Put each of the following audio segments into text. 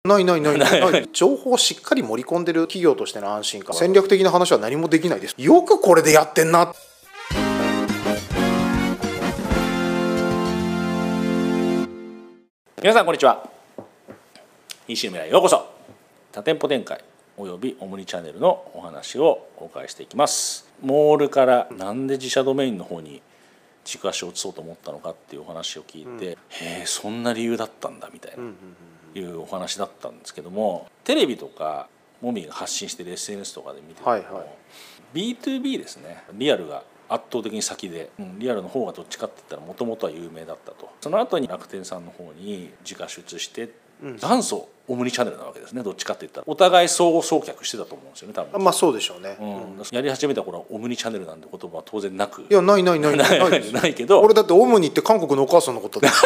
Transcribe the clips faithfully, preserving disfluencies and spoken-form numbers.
ないないないないない情報をしっかり盛り込んでる企業としての安心感、戦略的な話は何もできないです。よくこれでやってんな。 皆さんこんにちは。 イーシー の未来へようこそ。多店舗展開およびオムニチャンネルのお話をお伺いしていきます。モールからなんで自社ドメインの方に軸足を移そうと思ったのかっていうお話を聞いて、うん、へえそんな理由だったんだみたいな、いうお話だったんですけども、テレビとかモミが発信してる エスエヌエス とかで見てると、はいはい、ビーツービー ですね。リアルが圧倒的に先で、うん、リアルの方がどっちかって言ったらもともとは有名だったと。その後に楽天さんの方に軸足移して、うん、元祖オムニチャンネルなわけですね。どっちかって言ったらお互い相互送客してたと思うんですよね、多分。 まあそうでしょうね、 うんうん、やり始めた頃はオムニチャンネルなんて言葉は当然なく、 いやないないないないないないないけど、 俺だってオムニって韓国のお母さんのことだ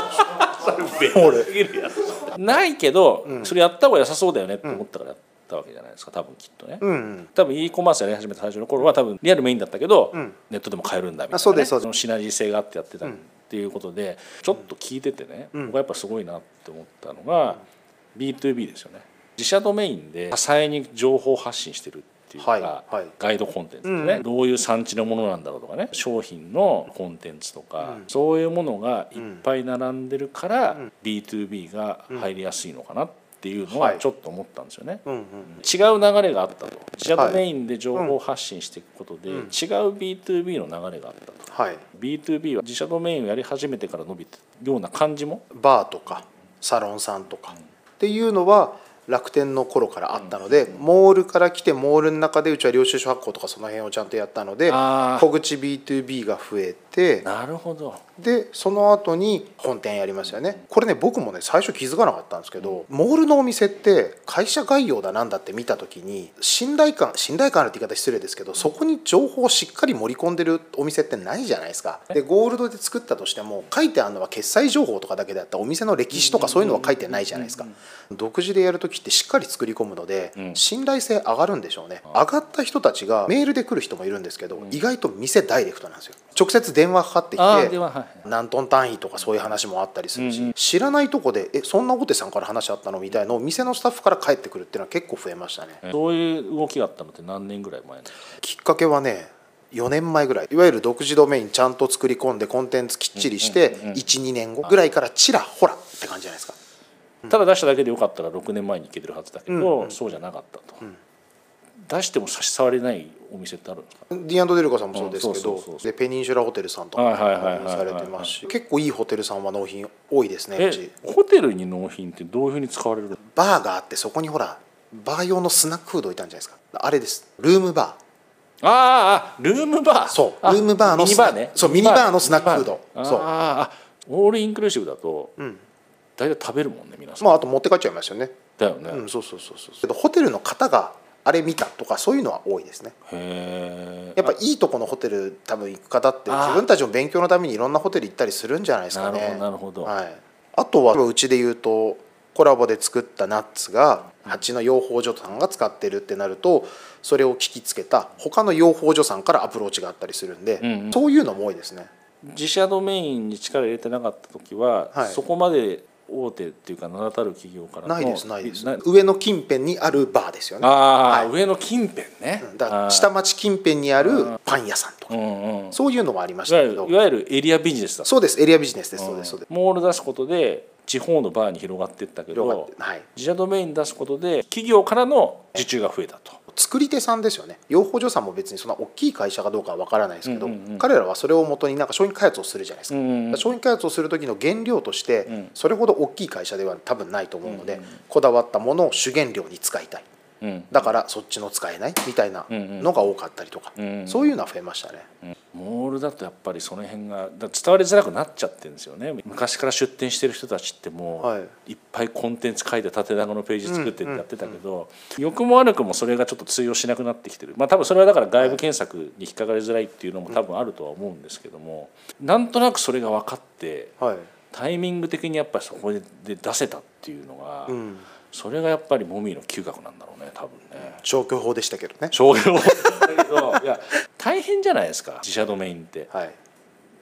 俺ないけど、うん、それやった方が良さそうだよねって思ったからやったわけじゃないですか、多分きっとね、うんうん、多分 e コマースやり始めた最初の頃は多分リアルメインだったけど、うん、ネットでも買えるんだみたいな、ね、そうですそうです。そのシナジー性があってやってたっていうことで、うん、ちょっと聞いててね、うん、僕はやっぱすごいなって思ったのが、うん、ビーツービー ですよね。自社ドメインで多彩に情報発信してるっていうか、はいはい、ガイドコンテンツですね、うん、どういう産地のものなんだろうとかね、商品のコンテンツとか、うん、そういうものがいっぱい並んでるから、うん、ビーツービー が入りやすいのかなっていうのはちょっと思ったんですよね、はい、うんうん、違う流れがあったと。自社ドメインで情報発信していくことで、はい、違う ビーツービー の流れがあったと、はい、ビーツービー は自社ドメインをやり始めてから伸びてるような感じも、 バーとかサロンさんとか、うん、っていうのは楽天の頃からあったので、うん、モールから来てモールの中でうちは領収書発行とかその辺をちゃんとやったので、小口 ビーツービー が増えて、 なるほど。 でその後に本店やりますよね。これね僕もね最初気づかなかったんですけど、うん、モールのお店って会社概要だなんだって見た時に信頼感信頼感あるって言い方失礼ですけど、そこに情報をしっかり盛り込んでるお店ってないじゃないですか。でゴールドで作ったとしても書いてあるのは決済情報とかだけであったらお店の歴史とかそういうのは書いてないじゃないですか。独自でやる時ってしっかり作り込むので、うん、信頼性上がるんでしょうね。上がった人たちがメールで来る人もいるんですけど、うん、意外と店ダイレクトなんですよ。直接電話かかってきて、はい、何トン単位とかそういう話もあったりするし、うんうん、知らないとこでえそんな大手さんから話あったのみたいなのを店のスタッフから返ってくるっていうのは結構増えましたね。 そういう動きがあったのって何年ぐらい前なんですか？ きっかけはねよねんまえぐらい、いわゆる独自ドメインちゃんと作り込んでコンテンツきっちりして、うんうんうん、いちにねんごぐらいからちらほらって感じじゃないですか。 ただ出しただけでよかったらろくねんまえにいけてるはずだけど、うんうん、そうじゃなかったと、うん、出しても差し障りないお店ってあるんですか？ ディーアンド デルカさんもそうですけど、でペニンシュラホテルさんとかもされてますし、結構いいホテルさんは納品多いですね。 えうちホテルに納品ってどういうふうに使われるの？ バーがあってそこにほらバー用のスナックフード置いたんじゃないですか。あれです、ルームバー。 ああルームバー、 そうルームバーのミニバーね、 そうミニバーのスナックフード、そうああオールインクルーシブだと、うん、大体食べるもんね皆さん。 まああと持って帰っちゃいますよね。 だよね、 うん、そうそうそうそう。けどホテルの方があれ見たとかそういうのは多いですね。 へやっぱいいとこのホテル多分行く方って自分たちの勉強のためにいろんなホテル行ったりするんじゃないですかね。 なるほど、 はい、あとはうちで言うとコラボで作ったナッツが蜂の養蜂所さんが使ってるってなると、それを聞きつけた他の養蜂所さんからアプローチがあったりするんで、うんうん、そういうのも多いですね。 自社ドメインに力入れてなかった時は、はい、そこまで大手っていうか名だたる企業からのないですないです。上の近辺にあるバーですよね。 ああ、はい、上の近辺ね、 うん、だから下町近辺にあるパン屋さんとか、うんうん、そういうのもありましたけど、 いわゆるエリアビジネスだ。 そうです、エリアビジネスです、そうですそうです。 モール出すことで地方のバーに広がっていったけど、はい、自社ドメイン出すことで企業からの受注が増えたと。 作り手さんですよね。養蜂所さんも別にそんな大きい会社かどうかは分からないですけど、うんうんうん、彼らはそれをもとになんか商品開発をするじゃないですか、うんうん、商品開発をする時の原料としてそれほど大きい会社では多分ないと思うので、うんうん、こだわったものを主原料に使いたい、うん、だからそっちの使えないみたいなのが多かったりとか、うんうん、そういうのは増えましたね、 うん、モールだとやっぱりその辺が伝わりづらくなっちゃってるんですよね。昔から出店してる人たちってもう、はい、いっぱいコンテンツ書いて縦長のページ作ってってやってたけど、うんうんうん、良くも悪くもそれがちょっと通用しなくなってきてる。まあ多分それはだから外部検索に引っかかりづらいっていうのも多分あるとは思うんですけども、なんとなくそれが分かって、はい、タイミング的にやっぱりそこで出せたっていうのが、うん、それがやっぱりモミの嗅覚なんだろうね多分ね。 消去法でしたけどね。 消去法だけどいや大変じゃないですか自社ドメインって、はい、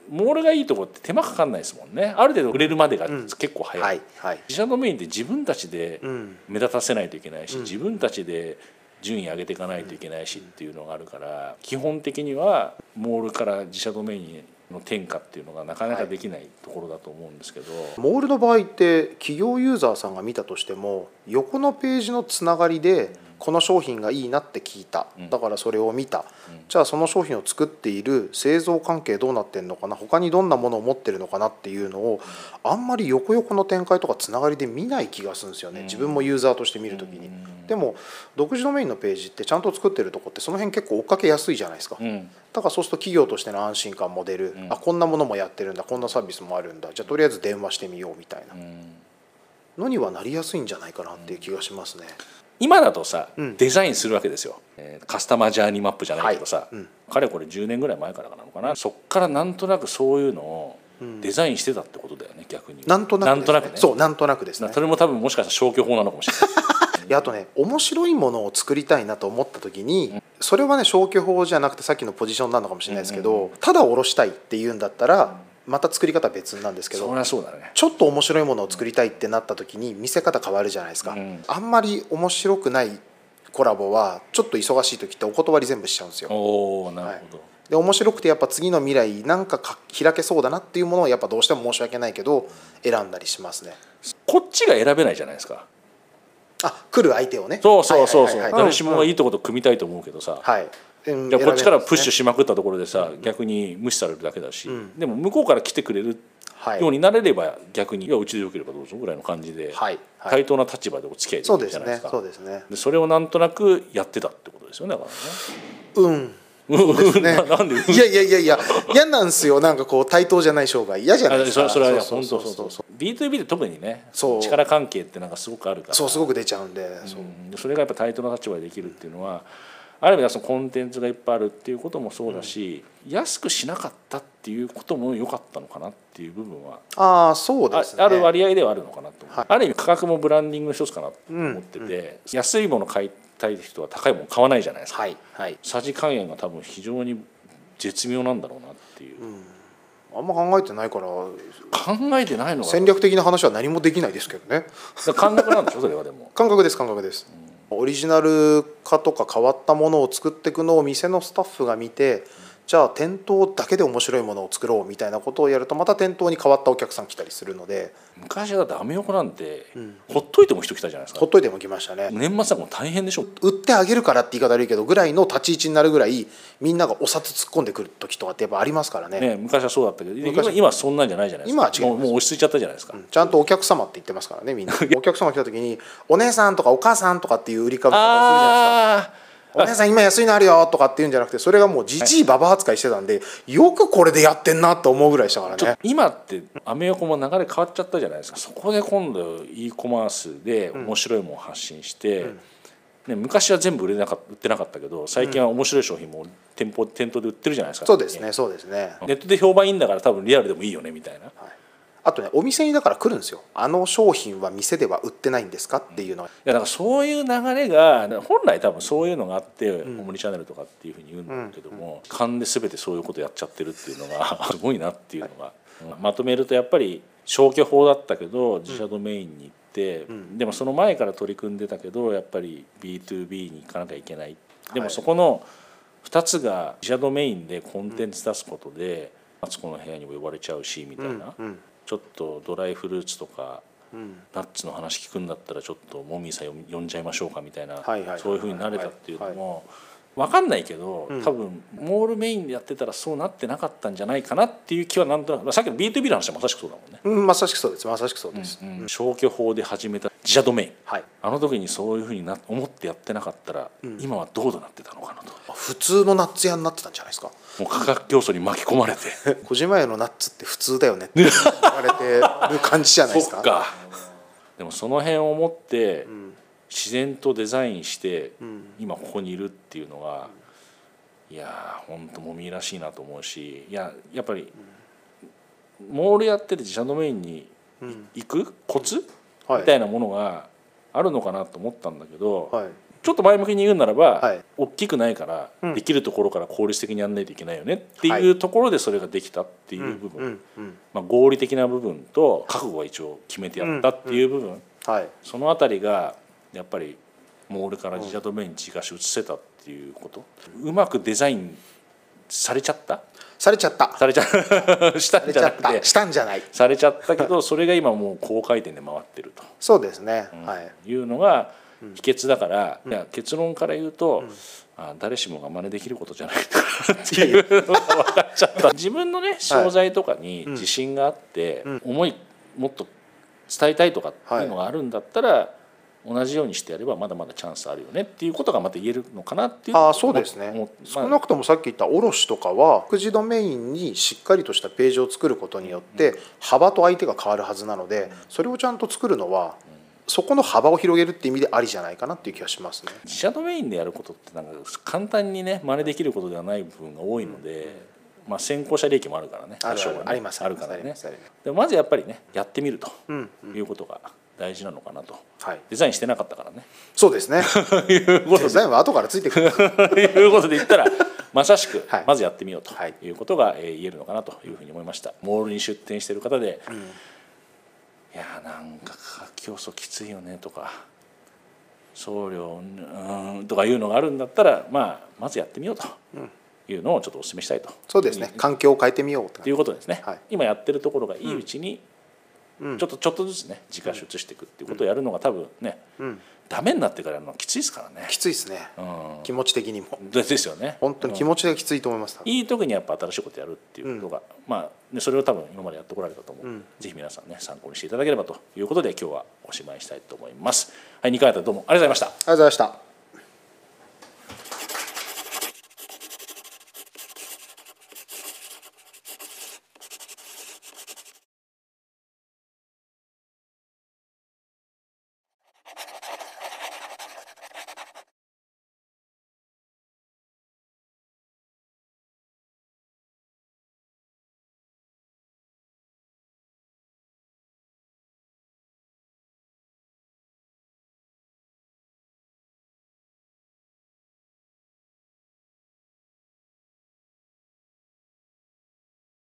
モールがいいところって手間かかんないですもんね。ある程度売れるまでが結構早い、 うんはいはい、 自社ドメインって自分たちで目立たせないといけないし、うん、自分たちで順位上げていかないといけないしっていうのがあるから、基本的にはモールから自社ドメインの転嫁っていうのがなかなかできないところだと思うんですけど、はい、 モールの場合って企業ユーザーさんが見たとしても横のページのつながりでこの商品がいいなって聞いた、だからそれを見た、うん、じゃあその商品を作っている製造関係どうなってんのかな、他にどんなものを持ってるのかなっていうのをあんまり横横の展開とかつながりで見ない気がするんですよね、自分もユーザーとして見るときに。でも独自ドメインのページってちゃんと作ってるとこってその辺結構追っかけやすいじゃないですか、うん、だからそうすると企業としての安心感も出る、うん、あこんなものもやってるんだ、こんなサービスもあるんだ、じゃあとりあえず電話してみようみたいなのにはなりやすいんじゃないかなっていう気がしますね。 今だとさ、うん、デザインするわけですよ、えー、カスタマージャーニーマップじゃないけどさ、はいうん、かれこれじゅうねんぐらい前からなのかな、そっからなんとなくそういうのをデザインしてたってことだよね、逆に。 なんとなくですね。なんとなくね。そうなんとなくですね。 それも多分もしかしたら消去法なのかもしれないいやあとね、面白いものを作りたいなと思った時に、うん、それはね消去法じゃなくてさっきのポジションなのかもしれないですけど、うんうんうん、ただ下ろしたいっていうんだったらまた作り方は別なんですけど、 そりゃそうだね、 ちょっと面白いものを作りたいってなった時に見せ方変わるじゃないですか、うん、あんまり面白くないコラボはちょっと忙しい時ってお断り全部しちゃうんですよ。 おー、なるほど、はい、 で面白くてやっぱ次の未来なんか開けそうだなっていうものはやっぱどうしても申し訳ないけど選んだりしますね。 こっちが選べないじゃないですか。 あ、来る相手をね。 そうそうそうそう、誰しもがいいとこと組みたいと思うけどさ、はい、じゃあこっちからプッシュしまくったところでさ、うん、逆に無視されるだけだし、うん、でも向こうから来てくれるようになれれば逆にいやうちでよければどうぞぐらいの感じで、はいはい、対等な立場でお付き合いできるじゃないですか。 そうですね、そうですね。 でそれをなんとなくやってたってことですよね、だからね。 うんですね、なんでいやいやいやいや嫌なんですよ、なんかこう対等じゃない商売嫌じゃないですか。 それは本当そうそうそう。ビーツービー で特にね、力関係ってなんかすごくあるから、 そうすごく出ちゃうんで、 うん、そうそれがやっぱ対等な立場でできるっていうのは、ある意味ではそのコンテンツがいっぱいあるっていうこともそうだし、うん、安くしなかったっていうことも良かったのかなっていう部分はああそうですね、 ある割合ではあるのかなと思う、はい、ある意味価格もブランディングの一つかなと思ってて、うんうん、安いもの買いたい人は高いもの買わないじゃないですか、はいはい、さじ加減が多分非常に絶妙なんだろうなっていう、うん、 あんま考えてないから考えてないのか戦略的な話は何もできないですけどね感覚なんでしょそれは。でも感覚です感覚です、うん、オリジナル化とか変わったものを作っていくのを店のスタッフが見て、じゃあ店頭だけで面白いものを作ろうみたいなことをやるとまた店頭に変わったお客さん来たりするので、 昔はだってアメ横なんて、うん、ほっといても人来たじゃないですか。 ほっといても来ましたね。 年末はもう大変でしょ。 売ってあげるからって言い方悪いけどぐらいの立ち位置になるぐらいみんながお札突っ込んでくる時とかってやっぱありますからね。 ね、昔はそうだったけど今今はそんなんじゃないじゃないですか。今は違う、もう落ち着いちゃったじゃないですか、うん、 ちゃんとお客様って言ってますからねみんなお客様来た時にお姉さんとかお母さんとかっていう売り方をするじゃないですか。お姉さん今安いのあるよとかっていうんじゃなくて、それがもうじじいババ扱いしてたんで、よくこれでやってんなと思うぐらいしたからね。 今ってアメ横も流れ変わっちゃったじゃないですか。そこで今度 e コマースで面白いものを発信して、うんね、昔は全部売れなか売ってなかったけど最近は面白い商品も店舗店頭で売ってるじゃないですか。 そうですねそうですね。 ネットで評判いいんだから多分リアルでもいいよねみたいな、はい、 あとねお店にだから来るんですよ。あの商品は店では売ってないんですかっていうのは、 いやだからそういう流れが本来多分そういうのがあってオムニチャンネルとかっていうふうに言うんだけども、勘で全てそういうことやっちゃってるっていうのがすごいなっていうのが、はい、まとめるとやっぱり消去法だったけど自社ドメインに行って、うん、でもその前から取り組んでたけどやっぱり ビーツービー に行かなきゃいけない。でもそこのふたつが自社ドメインでコンテンツ出すことでマツコの部屋にも呼ばれちゃうしみたいな、うんうん、ちょっとドライフルーツとか、うん、ナッツの話聞くんだったらちょっとモミーさん呼んじゃいましょうかみたいな、そういうふうになれたっていうのも分かんないけど、多分モールメインでやってたらそうなってなかったんじゃないかなっていう気はなんとなく、さっきの ビーツービー の話はまさしくそうだもんね、 うん、まさしくそうですまさしくそうです、 うんうん、消去法で始めた自社ドメイン、はい、あの時にそういうふうにな思ってやってなかったら、うん、今はどうなってたのかなと。 普通のナッツ屋になってたんじゃないですか。 もう価格競争に巻き込まれて小島屋のナッツって普通だよねって言われてる感じじゃないですか。 そっか。でもその辺を持って自然とデザインして今ここにいるっていうのが、いやー本当もみらしいなと思うし、いややっぱりモールやってて自社ドメインに行くコツみたいなものがあるのかなと思ったんだけど、はい、 ちょっと前向きに言うならば、 はい、 大きくないから、 うん、 できるところから効率的にやんないといけないよねっていうところでそれができたっていう部分、 うんうん、 まあ、合理的な部分と覚悟は一応決めてやったっていう部分、うんうん、 はい、 そのあたりがやっぱりモールから自社ドメインに直足移せたっていうこと、うまくデザインされちゃったされちゃったされちゃしたんじゃなくてしたんじゃないされちゃったけどそれが今もう高回転で回ってるとそうですね、 うん、 はい、 いうのが秘訣だから、うん、いや結論から言うと、うん、あ誰しもが真似できることじゃないっていうのが分かっちゃった自分のね商材とかに自信があって、はい、思いもっと伝えたいとかっていうのがあるんだったら、はい、同じようにしてやればまだまだチャンスあるよねっていうことがまた言えるのかなっていう。 あそうですね、まあ、少なくともさっき言った卸とかは独自ドメインにしっかりとしたページを作ることによって幅と相手が変わるはずなので、それをちゃんと作るのはそこの幅を広げるっていう意味でありじゃないかなっていう気がしますね。 自社ドメインでやることってなんか簡単にね真似できることではない部分が多いので、うん、まあ先行者利益もあるからね、多少はね、 ありますあるからね。でもまずやっぱりねやってみるということが大事なのかなと、はい、デザインしてなかったからね。 そうですねいうことデザインは後からついてくるということで言ったらまさしくまずやってみようということが言えるのかなというふうに思いました。モールに出店している方で、うん、いやなんか価格競争きついよねとか送料うんとかいうのがあるんだったら、まあ、まずやってみようというのをちょっとお勧めしたいと。 そうですね、環境を変えてみようということですね、はい、今やってるところがいいうちに、 うん、 ちょっとちょっとずつね自家出していくっていうことをやるのが多分ね、うん、ダメになってからやるのはきついですからね。 きついですね、うん、気持ち的にもですよね。 本当に気持ちがきついと思います、 うん、いい時にやっぱ新しいことやるっていうことが、うん、まあね、それを多分今までやってこられたと思う、うん、ぜひ皆さんね参考にしていただければということで今日はおしまいしたいと思います。はい、にかいあたりどうもありがとうございました。 ありがとうございました。